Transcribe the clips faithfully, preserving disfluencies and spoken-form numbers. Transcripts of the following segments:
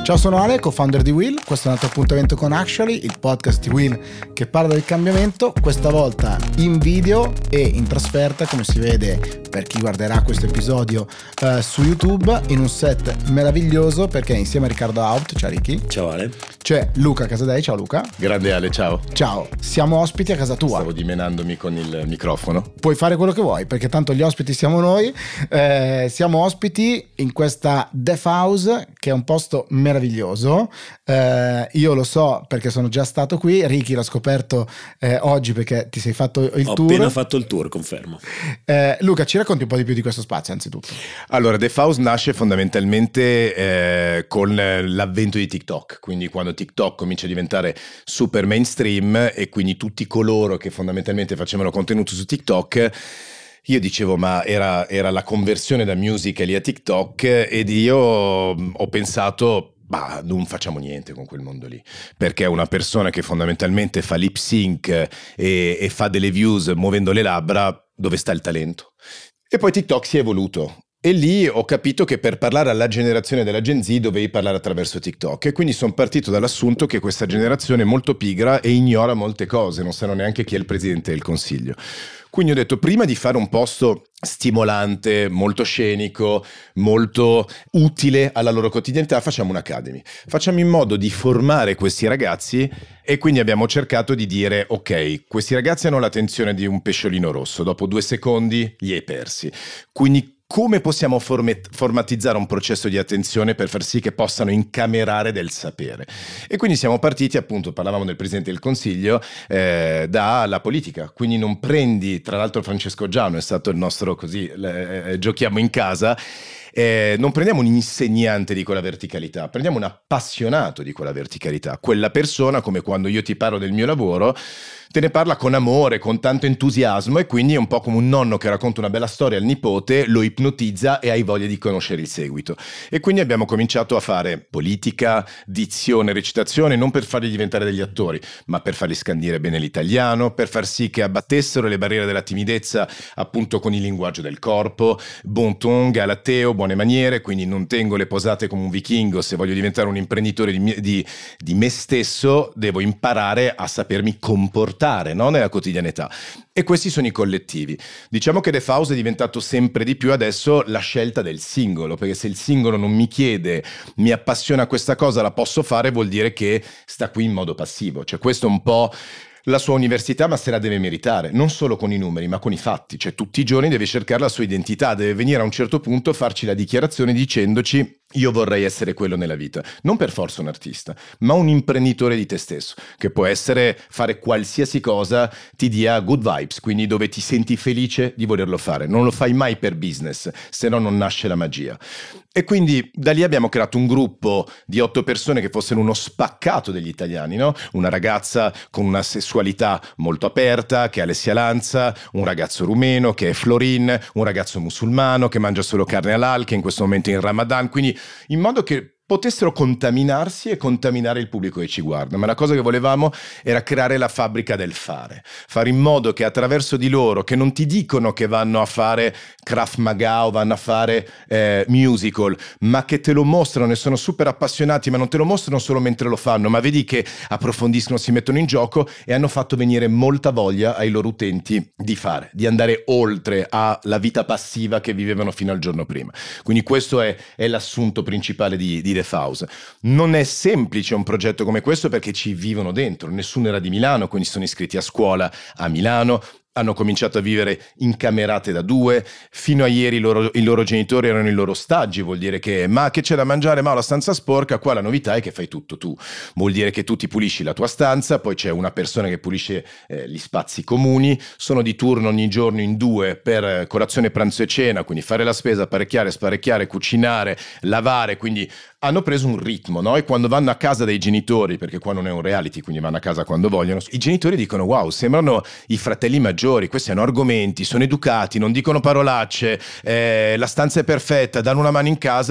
Ciao, sono Ale, co-founder di Will. Questo è un altro appuntamento con Actually, il podcast di Will che parla del cambiamento, questa volta in video e in trasferta, come si vede per chi guarderà questo episodio uh, su YouTube, in un set meraviglioso, perché insieme a Riccardo Haupt, ciao Ricky. Ciao Ale. C'è Luca Casadei, ciao Luca. Grande Ale, ciao. Ciao, siamo ospiti a casa tua. Stavo dimenandomi con il microfono. Puoi fare quello che vuoi, perché tanto gli ospiti siamo noi. Eh, siamo ospiti in questa Def House, che è un posto meraviglioso. Eh, io lo so perché sono già stato qui. Ricky l'ha scoperto eh, oggi perché ti sei fatto il Ho tour. Ho appena fatto il tour, confermo. Eh, Luca, ci racconti un po' di più di questo spazio, anzitutto? Allora, Def House nasce fondamentalmente eh, con l'avvento di TikTok, quindi quando TikTok comincia a diventare super mainstream e quindi tutti coloro che fondamentalmente facevano contenuto su TikTok, io dicevo ma era, era la conversione da Musical.ly a TikTok, ed io ho pensato ma non facciamo niente con quel mondo lì, perché una persona che fondamentalmente fa lip sync e, e fa delle views muovendo le labbra, dove sta il talento? E poi TikTok si è evoluto. E lì ho capito che per parlare alla generazione della Gen Z dovevi parlare attraverso TikTok, e quindi sono partito dall'assunto che questa generazione è molto pigra e ignora molte cose, non sanno neanche chi è il presidente del Consiglio. Quindi ho detto, prima di fare un posto stimolante, molto scenico, molto utile alla loro quotidianità, facciamo un'academy. Facciamo in modo di formare questi ragazzi, e quindi abbiamo cercato di dire, ok, questi ragazzi hanno l'attenzione di un pesciolino rosso, dopo due secondi li hai persi. Quindi come possiamo formet- formatizzare un processo di attenzione per far sì che possano incamerare del sapere? E quindi siamo partiti, appunto, parlavamo del Presidente del Consiglio, eh, dalla politica. Quindi non prendi, tra l'altro Francesco Giano è stato il nostro, così, eh, giochiamo in casa, eh, non prendiamo un insegnante di quella verticalità, prendiamo un appassionato di quella verticalità, quella persona, come quando io ti parlo del mio lavoro, te ne parla con amore, con tanto entusiasmo, e quindi è un po' come un nonno che racconta una bella storia al nipote, lo ipnotizza e hai voglia di conoscere il seguito. E quindi abbiamo cominciato a fare politica, dizione, recitazione, non per farli diventare degli attori, ma per farli scandire bene l'italiano, per far sì che abbattessero le barriere della timidezza, appunto con il linguaggio del corpo, bon ton, galateo, buone maniere. Quindi non tengo le posate come un vichingo. Se voglio diventare un imprenditore di, di, di me stesso, devo imparare a sapermi comportare, no? Nella quotidianità. E questi sono i collettivi. Diciamo che Def House è diventato sempre di più adesso la scelta del singolo, perché se il singolo non mi chiede, mi appassiona questa cosa, la posso fare, vuol dire che sta qui in modo passivo. Cioè questo è un po' la sua università, ma se la deve meritare, non solo con i numeri, ma con i fatti. Cioè tutti i giorni deve cercare la sua identità, deve venire a un certo punto, farci la dichiarazione dicendoci: io vorrei essere quello nella vita, non per forza un artista, ma un imprenditore di te stesso, che può essere fare qualsiasi cosa ti dia good vibes, quindi dove ti senti felice di volerlo fare. Non lo fai mai per business, se no non nasce la magia. E quindi da lì abbiamo creato un gruppo di otto persone che fossero uno spaccato degli italiani, no? Una ragazza con una sessualità molto aperta, che è Alessia Lanza, un ragazzo rumeno che è Florin, un ragazzo musulmano che mangia solo carne halal, che in questo momento è in Ramadan, quindi in modo che potessero contaminarsi e contaminare il pubblico che ci guarda. Ma la cosa che volevamo era creare la fabbrica del fare, fare in modo che attraverso di loro, che non ti dicono che vanno a fare Krav Maga o vanno a fare eh, musical, ma che te lo mostrano e sono super appassionati, ma non te lo mostrano solo mentre lo fanno, ma vedi che approfondiscono, si mettono in gioco, e hanno fatto venire molta voglia ai loro utenti di fare, di andare oltre alla vita passiva che vivevano fino al giorno prima. Quindi questo è, è l'assunto principale di, di Def House. Non è semplice un progetto come questo, perché ci vivono dentro. Nessuno era di Milano, quindi sono iscritti a scuola a Milano, hanno cominciato a vivere in camerate da due, fino a ieri i loro, i loro genitori erano i loro ostaggi, vuol dire che ma che c'è da mangiare, ma ho la stanza sporca. Qua la novità è che fai tutto tu, vuol dire che tu ti pulisci la tua stanza, poi c'è una persona che pulisce eh, gli spazi comuni, sono di turno ogni giorno in due per colazione, pranzo e cena, quindi fare la spesa, apparecchiare, sparecchiare, cucinare, lavare, quindi hanno preso un ritmo, no? E quando vanno a casa dei genitori, perché qua non è un reality, quindi vanno a casa quando vogliono, i genitori dicono wow, sembrano i fratelli maggiori, questi hanno argomenti, sono educati, non dicono parolacce, eh, la stanza è perfetta, danno una mano in casa.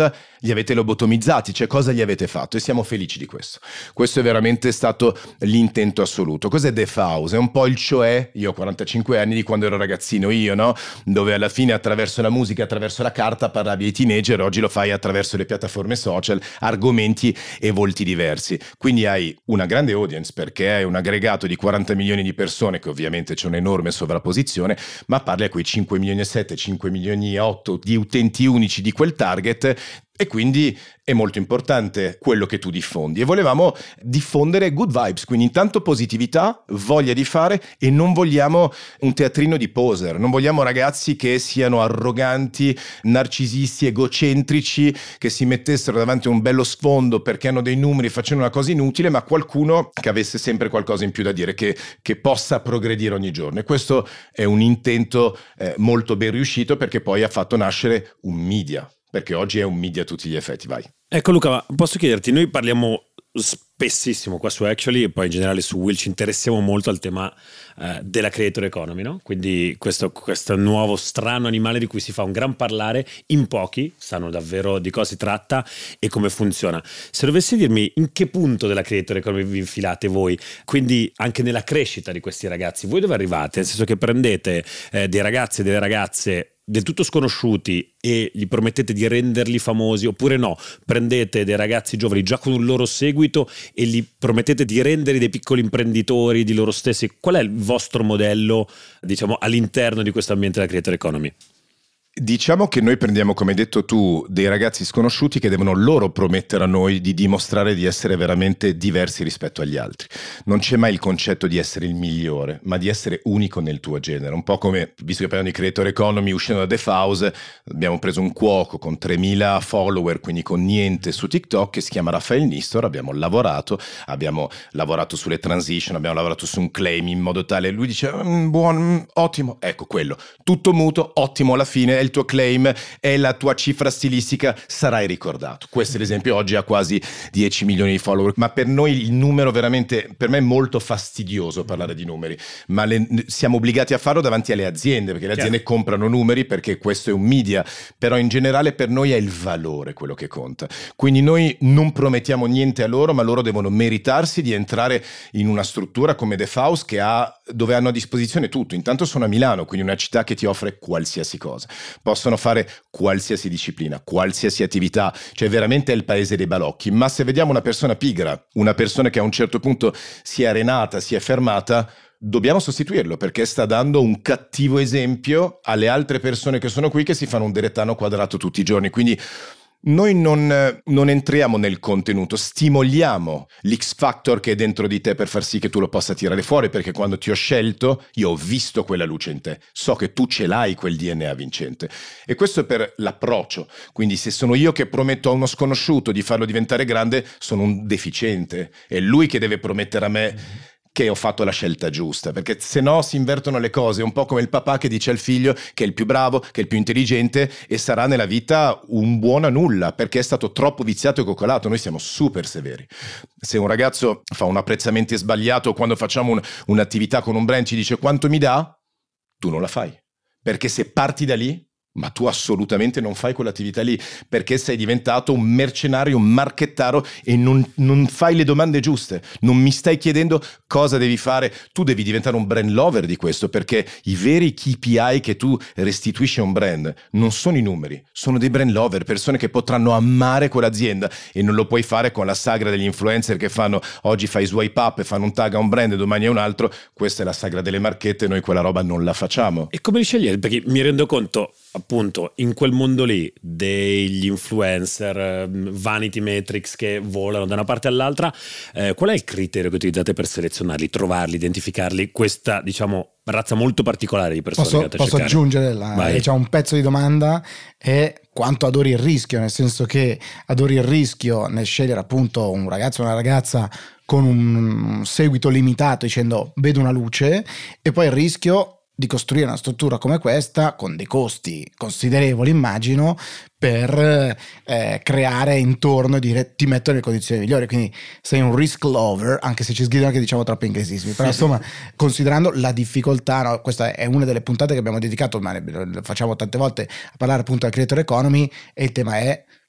li avete lobotomizzati, cioè cosa gli avete fatto, e siamo felici di questo. Questo è veramente stato l'intento assoluto. Cos'è The House? È un po' il cioè, io ho quarantacinque anni, di quando ero ragazzino io, no? Dove alla fine attraverso la musica, attraverso la carta parlavi ai teenager, oggi lo fai attraverso le piattaforme social, argomenti e volti diversi. Quindi hai una grande audience perché hai un aggregato di quaranta milioni di persone, che ovviamente c'è un'enorme sovrapposizione, ma parli a quei cinque milioni e sette, cinque milioni e otto di utenti unici di quel target, e quindi è molto importante quello che tu diffondi, e volevamo diffondere good vibes, quindi intanto positività, voglia di fare, e non vogliamo un teatrino di poser, non vogliamo ragazzi che siano arroganti, narcisisti, egocentrici, che si mettessero davanti a un bello sfondo perché hanno dei numeri facendo una cosa inutile, ma qualcuno che avesse sempre qualcosa in più da dire, che, che possa progredire ogni giorno. E questo è un intento eh, molto ben riuscito, perché poi ha fatto nascere un media, perché oggi è un media a tutti gli effetti. Vai. Ecco Luca, ma posso chiederti, noi parliamo spessissimo qua su Actually e poi in generale su Will ci interessiamo molto al tema eh, della creator economy, no? Quindi questo, questo nuovo strano animale di cui si fa un gran parlare, in pochi sanno davvero di cosa si tratta e come funziona. Se dovessi dirmi in che punto della creator economy vi infilate voi, quindi anche nella crescita di questi ragazzi, voi dove arrivate? Nel senso che prendete eh, dei ragazzi e delle ragazze del tutto sconosciuti e gli promettete di renderli famosi, oppure no, prendete dei ragazzi giovani già con un loro seguito e gli promettete di rendere dei piccoli imprenditori di loro stessi? Qual è il vostro modello, diciamo, all'interno di questo ambiente della creator economy? Diciamo che noi prendiamo, come hai detto tu, dei ragazzi sconosciuti che devono loro promettere a noi di dimostrare di essere veramente diversi rispetto agli altri. Non c'è mai il concetto di essere il migliore, ma di essere unico nel tuo genere. Un po' come, visto che parliamo di creator economy, uscendo da The House, abbiamo preso un cuoco con tremila follower, quindi con niente su TikTok, che si chiama Raffael Nistor. Abbiamo lavorato, abbiamo lavorato sulle transition, abbiamo lavorato su un claim in modo tale, lui dice mm, buono, mm, ottimo, ecco quello, tutto muto, ottimo alla fine, il tuo claim, è la tua cifra stilistica, sarai ricordato. Questo è l'esempio, oggi ha quasi dieci milioni di follower, ma per noi il numero veramente, per me è molto fastidioso parlare di numeri, ma le, siamo obbligati a farlo davanti alle aziende, perché le aziende Chiaro. comprano numeri, perché questo è un media, però in generale per noi è il valore quello che conta. Quindi noi non promettiamo niente a loro, ma loro devono meritarsi di entrare in una struttura come The House, che ha, dove hanno a disposizione tutto. Intanto sono a Milano, quindi una città che ti offre qualsiasi cosa. Possono fare qualsiasi disciplina, qualsiasi attività, cioè veramente è il paese dei balocchi. Ma se vediamo una persona pigra, una persona che a un certo punto si è arenata, si è fermata, dobbiamo sostituirlo, perché sta dando un cattivo esempio alle altre persone che sono qui, che si fanno un direttano quadrato tutti i giorni. Quindi noi non, non entriamo nel contenuto, stimoliamo l'X Factor che è dentro di te per far sì che tu lo possa tirare fuori, perché quando ti ho scelto io ho visto quella luce in te, so che tu ce l'hai quel D N A vincente, e questo è per l'approccio. Quindi se sono io che prometto a uno sconosciuto di farlo diventare grande, sono un deficiente, è lui che deve promettere a me che ho fatto la scelta giusta, perché se no si invertono le cose. È un po' come il papà che dice al figlio che è il più bravo, che è il più intelligente e sarà nella vita un buono a nulla, perché è stato troppo viziato e coccolato. Noi siamo super severi. Se un ragazzo fa un apprezzamento sbagliato, quando facciamo un, un'attività con un brand ci dice quanto mi dà, tu non la fai, perché se parti da lì, ma tu assolutamente non fai quell'attività lì, perché sei diventato un mercenario, un marchettaro, e non, non fai le domande giuste, non mi stai chiedendo cosa devi fare. Tu devi diventare un brand lover di questo, perché i veri K P I che tu restituisci a un brand non sono i numeri, sono dei brand lover, persone che potranno amare quell'azienda, e non lo puoi fare con la sagra degli influencer che fanno, oggi fai swipe up e fanno un tag a un brand e domani a un altro. Questa è la sagra delle marchette, noi quella roba non la facciamo. E come li scegliete? Perché mi rendo conto, appunto, in quel mondo lì degli influencer, vanity metrics che volano da una parte all'altra, eh, qual è il criterio che utilizzate per selezionarli, trovarli, identificarli? Questa, diciamo, razza molto particolare di persone posso, che andate a posso cercare. aggiungere la, diciamo, un pezzo di domanda è quanto adori il rischio, nel senso che adori il rischio nel scegliere appunto un ragazzo o una ragazza con un seguito limitato, dicendo vedo una luce, e poi il rischio di costruire una struttura come questa con dei costi considerevoli, immagino, per eh, creare intorno e dire ti metto nelle condizioni migliori. Quindi sei un risk lover, anche se ci sgridano che diciamo troppi inglesismi, però insomma considerando la difficoltà, no? Questa è una delle puntate che abbiamo dedicato, ma lo facciamo tante volte, a parlare appunto del creator economy, e il tema è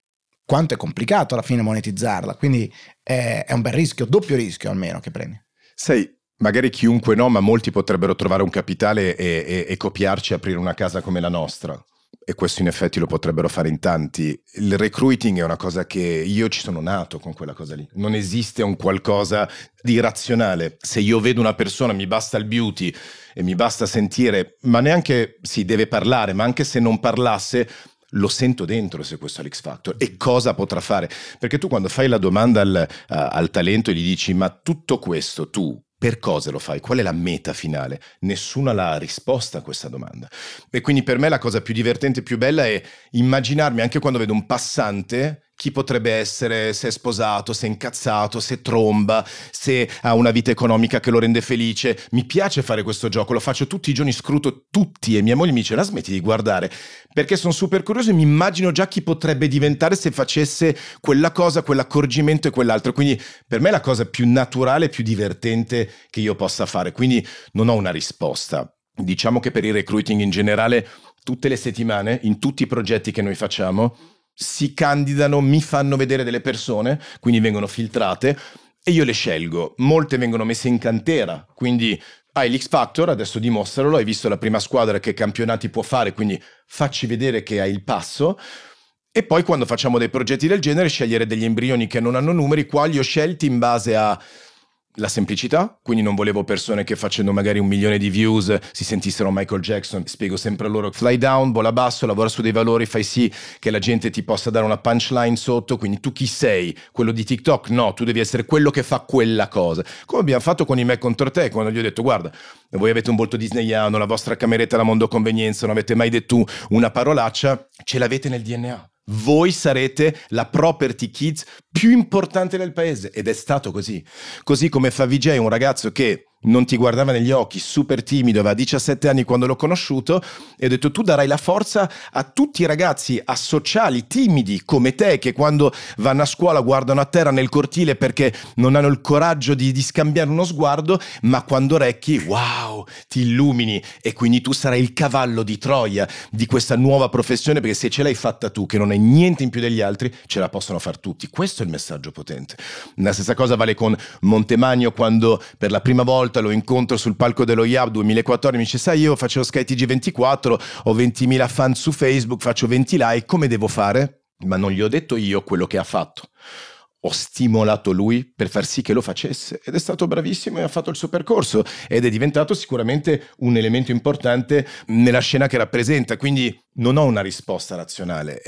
quanto è complicato alla fine monetizzarla, quindi è, è un bel rischio, doppio rischio almeno che prendi. Sai, magari chiunque no, ma molti potrebbero trovare un capitale e, e, e copiarci e aprire una casa come la nostra. E questo in effetti lo potrebbero fare in tanti. Il recruiting è una cosa che io ci sono nato con quella cosa lì. Non esiste un qualcosa di irrazionale. Se io vedo una persona, mi basta il beauty e mi basta sentire, ma neanche si deve parlare, ma anche se non parlasse, lo sento dentro se questo è l'X Factor e cosa potrà fare. Perché tu quando fai la domanda al, uh, al talento e gli dici ma tutto questo tu per cosa lo fai? Qual è la meta finale? Nessuno ha la risposta a questa domanda. E quindi per me la cosa più divertente e più bella è immaginarmi anche quando vedo un passante chi potrebbe essere, se è sposato, se è incazzato, se tromba, se ha una vita economica che lo rende felice. Mi piace fare questo gioco, lo faccio tutti i giorni, scruto tutti e mia moglie mi dice la smetti di guardare perché sono super curioso e mi immagino già chi potrebbe diventare se facesse quella cosa, quell'accorgimento e quell'altro. Quindi per me è la cosa più naturale, più divertente che io possa fare. Quindi non ho una risposta. Diciamo che per il recruiting in generale tutte le settimane, in tutti i progetti che noi facciamo, si candidano, mi fanno vedere delle persone, quindi vengono filtrate e io le scelgo. Molte vengono messe in cantera, quindi hai l'X Factor, adesso dimostralo, hai visto la prima squadra che campionati può fare, quindi facci vedere che hai il passo. E poi quando facciamo dei progetti del genere scegliere degli embrioni che non hanno numeri, quali ho scelti in base a la semplicità, quindi non volevo persone che facendo magari un milione di views si sentissero Michael Jackson. Spiego sempre a loro: fly down, vola basso, lavora su dei valori, fai sì che la gente ti possa dare una punchline sotto. Quindi tu chi sei? Quello di TikTok? No, tu devi essere quello che fa quella cosa, come abbiamo fatto con i Me contro te, quando gli ho detto guarda, voi avete un volto disneyano, la vostra cameretta alla Mondo Convenienza, non avete mai detto una parolaccia, ce l'avete nel D N A. Voi sarete la property kids più importante del paese, ed è stato così. Così come fa V J, un ragazzo che non ti guardava negli occhi, super timido, aveva diciassette anni quando l'ho conosciuto, e ho detto tu darai la forza a tutti i ragazzi asociali, timidi come te, che quando vanno a scuola guardano a terra nel cortile perché non hanno il coraggio di, di scambiare uno sguardo, ma quando recchi, wow, ti illumini, e quindi tu sarai il cavallo di Troia di questa nuova professione, perché se ce l'hai fatta tu, che non hai niente in più degli altri, ce la possono far tutti. Questo è il messaggio potente. La stessa cosa vale con Montemagno, quando per la prima volta lo incontro sul palco dello I A B duemilaquattordici, mi dice sai io facevo Sky T G ventiquattro, ho ventimila fan su Facebook, faccio venti like, come devo fare? Ma non gli ho detto io quello che ha fatto, ho stimolato lui per far sì che lo facesse, ed è stato bravissimo e ha fatto il suo percorso ed è diventato sicuramente un elemento importante nella scena che rappresenta. Quindi non ho una risposta razionale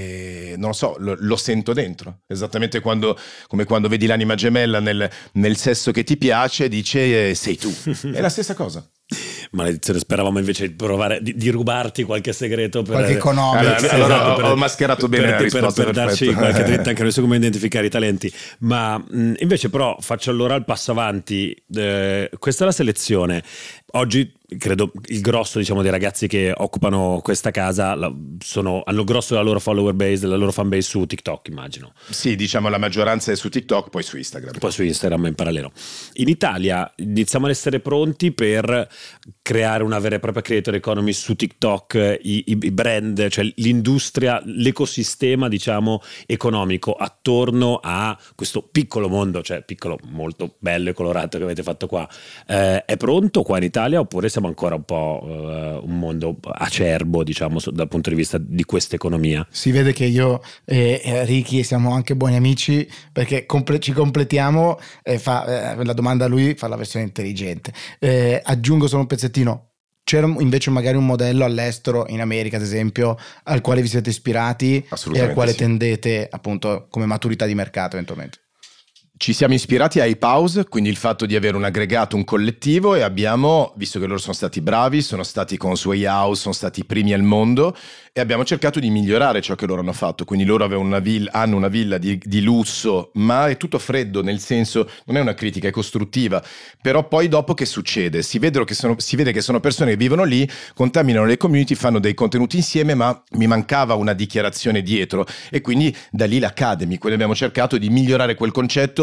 e non lo so, lo, lo sento dentro, esattamente quando, come quando vedi l'anima gemella nel, nel sesso che ti piace, dice eh, sei tu, è la stessa cosa. Maledizione, speravamo invece di provare di, di rubarti qualche segreto per, qualche economico. Allora, esatto, allora per, ho mascherato bene per, la per, risposta, per, per darci qualche dritta anche noi su come identificare i talenti. Ma mh, invece però faccio allora il passo avanti. Eh, questa è la selezione. Oggi credo il grosso, diciamo, dei ragazzi che occupano questa casa sono, hanno il grosso della loro follower base, della loro fan base su TikTok, immagino. Sì, diciamo la maggioranza è su TikTok, poi su Instagram. Poi su Instagram in parallelo. In Italia iniziamo ad essere pronti per creare una vera e propria creator economy su TikTok, i, i, i brand, cioè l'industria, l'ecosistema, diciamo, economico attorno a questo piccolo mondo, cioè piccolo, molto bello e colorato che avete fatto qua. Eh, è pronto qua in Italia oppure siamo ancora un po' uh, un mondo acerbo, diciamo, dal punto di vista di questa economia? Si vede che io e Ricky siamo anche buoni amici, perché comple- ci completiamo e fa eh, la domanda a lui, fa la versione intelligente. Eh, aggiungo solo un pezzettino. C'era invece magari un modello all'estero, in America ad esempio, al quale vi siete ispirati e al quale sì. tendete appunto come maturità di mercato eventualmente? Ci siamo ispirati a iPause, quindi il fatto di avere un aggregato, un collettivo, e abbiamo, visto che loro sono stati bravi, sono stati con Sway House, sono stati i primi al mondo, e abbiamo cercato di migliorare ciò che loro hanno fatto. Quindi loro avevano una villa, hanno una villa di, di lusso, ma è tutto freddo, nel senso, non è una critica, è costruttiva. Però poi dopo che succede? Si, vedono che sono, si vede che sono persone che vivono lì, contaminano le community, fanno dei contenuti insieme, ma mi mancava una dichiarazione dietro, e quindi da lì l'Academy, quindi abbiamo cercato di migliorare quel concetto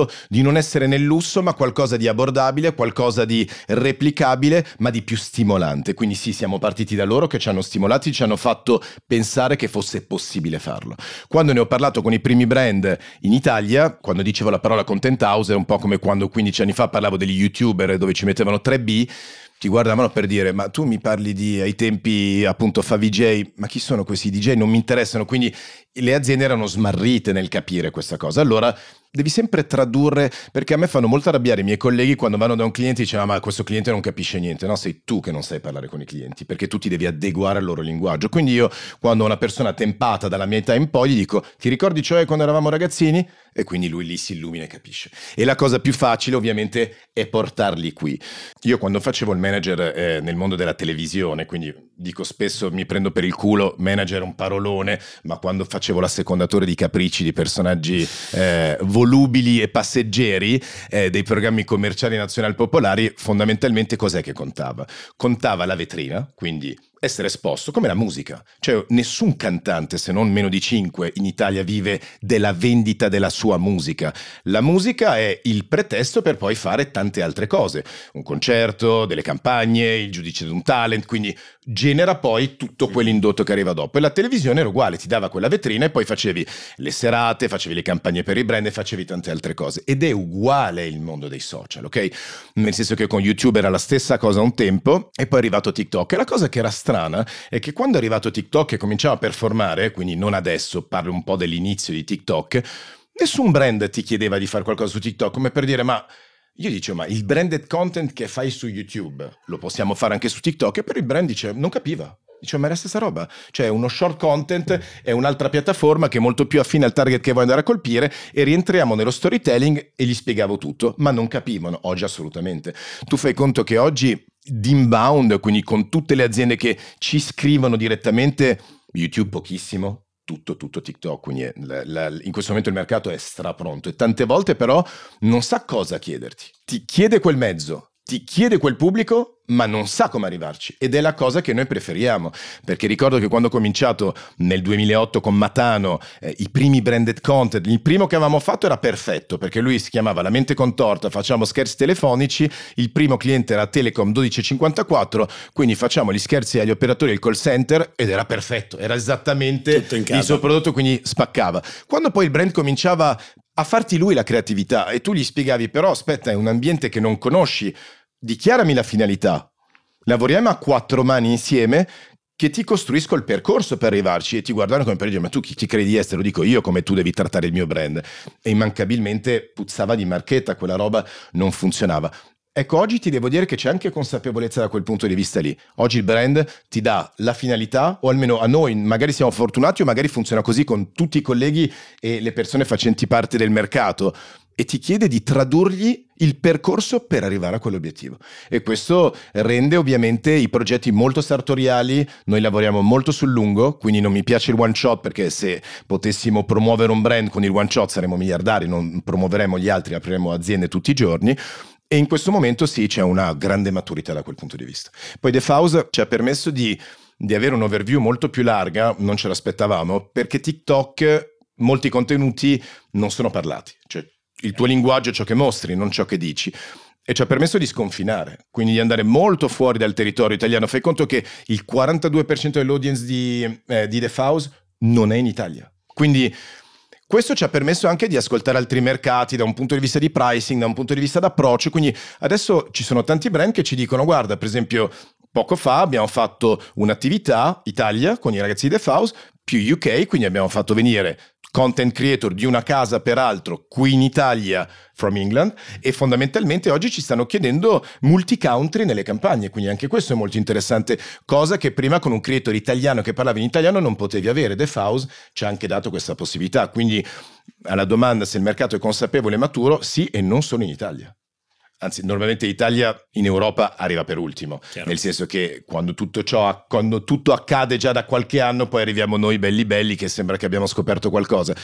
cercato di non essere nel lusso, ma qualcosa di abbordabile, qualcosa di replicabile, ma di più stimolante. Quindi sì, siamo partiti da loro che ci hanno stimolati, ci hanno fatto pensare che fosse possibile farlo. Quando ne ho parlato con i primi brand in Italia, quando dicevo la parola content house, è un po' come quando quindici anni fa parlavo degli youtuber dove ci mettevano tre B, ti guardavano per dire ma tu mi parli di ai tempi appunto fa V J, ma chi sono questi D J? Non mi interessano, quindi le aziende erano smarrite nel capire questa cosa. Allora devi sempre tradurre, perché a me fanno molto arrabbiare i miei colleghi quando vanno da un cliente e dicono ah, ma questo cliente non capisce niente. No, sei tu che non sai parlare con i clienti, perché tu ti devi adeguare al loro linguaggio. Quindi io quando una persona tempata dalla mia età in poi gli dico ti ricordi cioè quando eravamo ragazzini? E quindi lui lì si illumina e capisce. E la cosa più facile ovviamente è portarli qui. Io quando facevo il manager eh, nel mondo della televisione, quindi dico spesso mi prendo per il culo, manager è un parolone, ma quando facevo l'assecondatore di capricci di personaggi eh, volubili e passeggeri eh, dei programmi commerciali nazionali popolari, fondamentalmente cos'è che contava? Contava la vetrina, quindi essere esposto, come la musica. Cioè nessun cantante, se non meno di cinque, in Italia vive della vendita della sua musica. La musica è il pretesto per poi fare tante altre cose. Un concerto, delle campagne, il giudice di un talent, quindi genera poi tutto quell'indotto che arriva dopo. E la televisione era uguale, ti dava quella vetrina e poi facevi le serate, facevi le campagne per i brand e facevi tante altre cose. Ed è uguale il mondo dei social, ok? Nel senso che con YouTube era la stessa cosa un tempo e poi è arrivato TikTok. E la cosa che era strana è che quando è arrivato TikTok e cominciava a performare, quindi non adesso, parlo un po' dell'inizio di TikTok, nessun brand ti chiedeva di fare qualcosa su TikTok, come per dire ma io dicevo ma il branded content che fai su YouTube lo possiamo fare anche su TikTok? E per il brand dice non capiva. Dicevo, ma è la stessa roba, cioè uno short content è un'altra piattaforma che è molto più affine al target che vuoi andare a colpire e rientriamo nello storytelling e gli spiegavo tutto, ma non capivano. Oggi assolutamente. Tu fai conto che oggi d'inbound, quindi con tutte le aziende che ci scrivono direttamente, YouTube pochissimo, tutto, tutto TikTok, quindi la, la, in questo momento il mercato è strapronto e tante volte però non sa cosa chiederti, ti chiede quel mezzo, ti chiede quel pubblico, ma non sa come arrivarci ed è la cosa che noi preferiamo, perché ricordo che quando ho cominciato nel duemilaotto con Matano eh, i primi branded content, il primo che avevamo fatto era perfetto perché lui si chiamava La mente contorta, facciamo scherzi telefonici, il primo cliente era Telecom dodici cinquantaquattro, quindi facciamo gli scherzi agli operatori del call center ed era perfetto, era esattamente il suo prodotto, quindi spaccava. Quando poi il brand cominciava a farti lui la creatività e tu gli spiegavi però aspetta è un ambiente che non conosci, dichiarami la finalità, lavoriamo a quattro mani insieme che ti costruisco il percorso per arrivarci e ti guardano come per dire ma tu chi ti credi di essere, lo dico io come tu devi trattare il mio brand e immancabilmente puzzava di marchetta, quella roba non funzionava. Ecco, oggi ti devo dire che c'è anche consapevolezza da quel punto di vista lì. Oggi il brand ti dà la finalità, o almeno a noi, magari siamo fortunati o magari funziona così con tutti i colleghi e le persone facenti parte del mercato, e ti chiede di tradurgli il percorso per arrivare a quell'obiettivo. E questo rende ovviamente i progetti molto sartoriali, noi lavoriamo molto sul lungo, quindi non mi piace il one shot perché se potessimo promuovere un brand con il one shot saremmo miliardari, non promuoveremo gli altri, apriremo aziende tutti i giorni. E in questo momento sì, c'è una grande maturità da quel punto di vista. Poi The House ci ha permesso di, di avere un overview molto più larga, non ce l'aspettavamo, perché TikTok, molti contenuti non sono parlati, cioè il tuo linguaggio è ciò che mostri, non ciò che dici. E ci ha permesso di sconfinare, quindi di andare molto fuori dal territorio italiano. Fai conto che il quarantadue per cento dell'audience di, eh, di The House non è in Italia. Quindi questo ci ha permesso anche di ascoltare altri mercati da un punto di vista di pricing, da un punto di vista d'approccio. Quindi adesso ci sono tanti brand che ci dicono guarda, per esempio poco fa abbiamo fatto un'attività Italia con i ragazzi di The House più U K, quindi abbiamo fatto venire content creator di una casa peraltro qui in Italia from England e fondamentalmente oggi ci stanno chiedendo multi-country nelle campagne, quindi anche questo è molto interessante, cosa che prima con un creator italiano che parlava in italiano non potevi avere. The House ci ha anche dato questa possibilità, quindi alla domanda se il mercato è consapevole e maturo, sì, e non solo in Italia. Anzi, normalmente l'Italia in Europa arriva per ultimo, Chiaro. Nel senso che quando tutto ciò, quando tutto accade già da qualche anno, poi arriviamo noi belli belli che sembra che abbiamo scoperto qualcosa.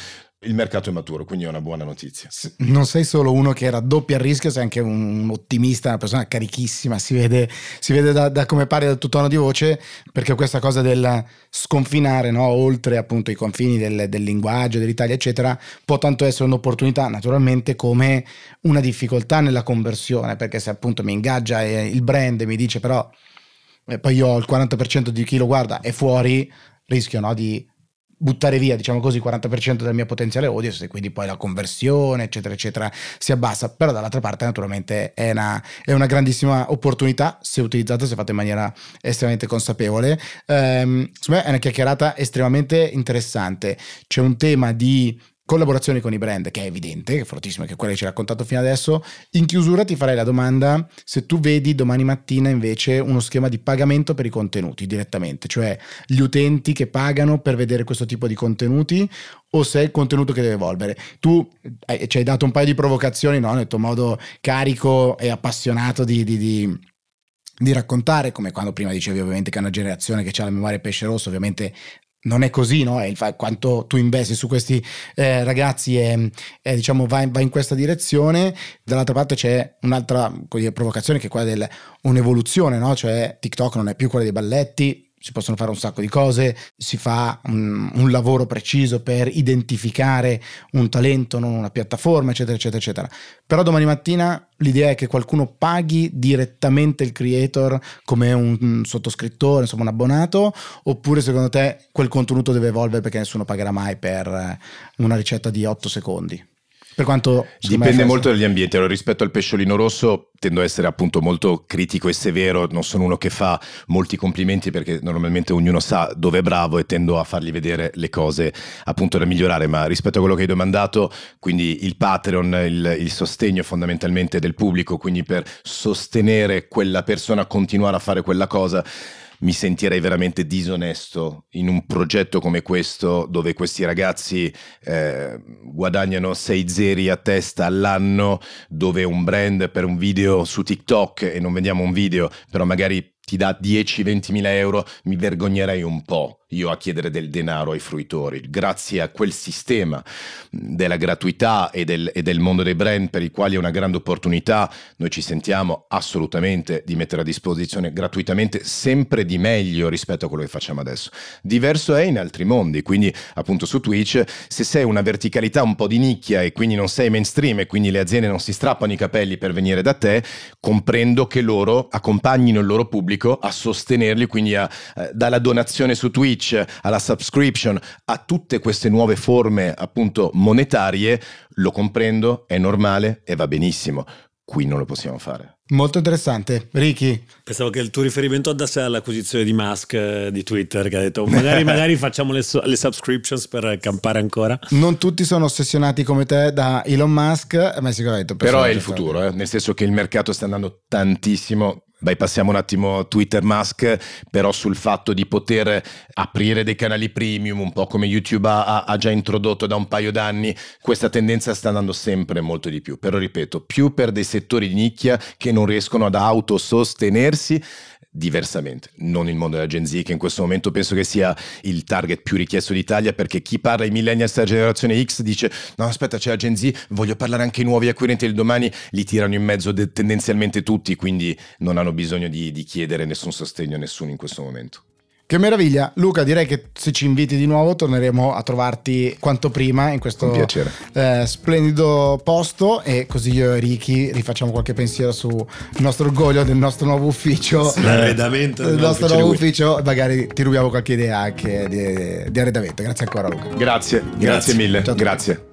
Il mercato è maturo, quindi è una buona notizia. Non sei solo uno che raddoppia il rischio, sei anche un ottimista, una persona carichissima, si vede, si vede da, da come parli, dal tuo tono di voce, perché questa cosa del sconfinare, no, oltre appunto i confini del, del linguaggio, dell'Italia eccetera, può tanto essere un'opportunità naturalmente come una difficoltà nella conversione, perché se appunto mi ingaggia il brand e mi dice però e poi io ho il quaranta per cento di chi lo guarda è fuori, rischio, no, di buttare via, diciamo così, il quaranta per cento del mio potenziale audience, e quindi poi la conversione eccetera eccetera si abbassa. Però dall'altra parte naturalmente è una, è una grandissima opportunità se utilizzata, se fatta in maniera estremamente consapevole. Ehm, secondo me è una chiacchierata estremamente interessante. C'è un tema di collaborazioni con i brand che è evidente, che è fortissimo, che è quello che ci hai raccontato fino adesso. In chiusura ti farei la domanda se tu vedi domani mattina invece uno schema di pagamento per i contenuti direttamente, cioè gli utenti che pagano per vedere questo tipo di contenuti, o se è il contenuto che deve evolvere. Tu eh, ci hai dato un paio di provocazioni, no? Nel tuo modo carico e appassionato di, di, di di raccontare, come quando prima dicevi ovviamente che è una generazione che ha la memoria pesce rosso. Ovviamente non è così, no? È il fa- quanto tu investi su questi eh, ragazzi e, e diciamo va in, va in questa direzione. Dall'altra parte c'è un'altra dire, provocazione, che è quella del un'evoluzione, no? Cioè TikTok non è più quella dei balletti, si possono fare un sacco di cose, si fa un, un lavoro preciso per identificare un talento, non una piattaforma, eccetera eccetera eccetera. Però domani mattina l'idea è che qualcuno paghi direttamente il creator come un, un sottoscrittore, insomma un abbonato, oppure secondo te quel contenuto deve evolvere perché nessuno pagherà mai per una ricetta di otto secondi? Per quanto dipende molto dagli ambienti. Allora, rispetto al pesciolino rosso tendo a essere appunto molto critico e severo, non sono uno che fa molti complimenti perché normalmente ognuno sa dove è bravo e tendo a fargli vedere le cose appunto da migliorare. Ma rispetto a quello che hai domandato, quindi il Patreon, il, il sostegno fondamentalmente del pubblico, quindi per sostenere quella persona a continuare a fare quella cosa, mi sentirei veramente disonesto in un progetto come questo, dove questi ragazzi eh, guadagnano sei zeri a testa all'anno, dove un brand per un video su TikTok, e non vendiamo un video, però magari ti dà dieci venti mila euro, mi vergognerei un po' io a chiedere del denaro ai fruitori. Grazie a quel sistema della gratuità e del, e del mondo dei brand, per i quali è una grande opportunità, noi ci sentiamo assolutamente di mettere a disposizione gratuitamente sempre di meglio rispetto a quello che facciamo adesso. Diverso è in altri mondi, quindi appunto su Twitch, se sei una verticalità un po' di nicchia e quindi non sei mainstream e quindi le aziende non si strappano i capelli per venire da te, comprendo che loro accompagnino il loro pubblico a sostenerli, quindi a, eh, dalla donazione su Twitch alla subscription, a tutte queste nuove forme appunto monetarie. Lo comprendo, è normale e va benissimo. Qui non lo possiamo fare. Molto interessante. Ricky? Pensavo che il tuo riferimento andasse all'acquisizione di Musk eh, di Twitter, che ha detto magari, magari facciamo le, so- le subscriptions per campare ancora. Non tutti sono ossessionati come te da Elon Musk, ma sicuramente però è il futuro, eh? Nel senso che il mercato sta andando tantissimo. Bypassiamo un attimo Twitter, Musk, però sul fatto di poter aprire dei canali premium, un po' come YouTube ha, ha già introdotto da un paio d'anni, questa tendenza sta andando sempre molto di più. Però ripeto, più per dei settori di nicchia che non riescono ad autosostenersi diversamente, non il mondo della Gen Z, che in questo momento penso che sia il target più richiesto d'Italia, perché chi parla ai millennials della generazione X dice no aspetta, c'è la Gen Z, voglio parlare anche ai nuovi acquirenti del domani, li tirano in mezzo de- tendenzialmente tutti, quindi non hanno bisogno di, di chiedere nessun sostegno a nessuno in questo momento. Che meraviglia. Luca, direi che se ci inviti di nuovo torneremo a trovarti quanto prima in questo eh, splendido posto, e così io e Ricky rifacciamo qualche pensiero sul nostro orgoglio del nostro nuovo ufficio, l'arredamento del nostro nuovo ufficio, e magari ti rubiamo qualche idea anche di, di arredamento. Grazie ancora Luca. Grazie, grazie, grazie mille. Ciao, grazie.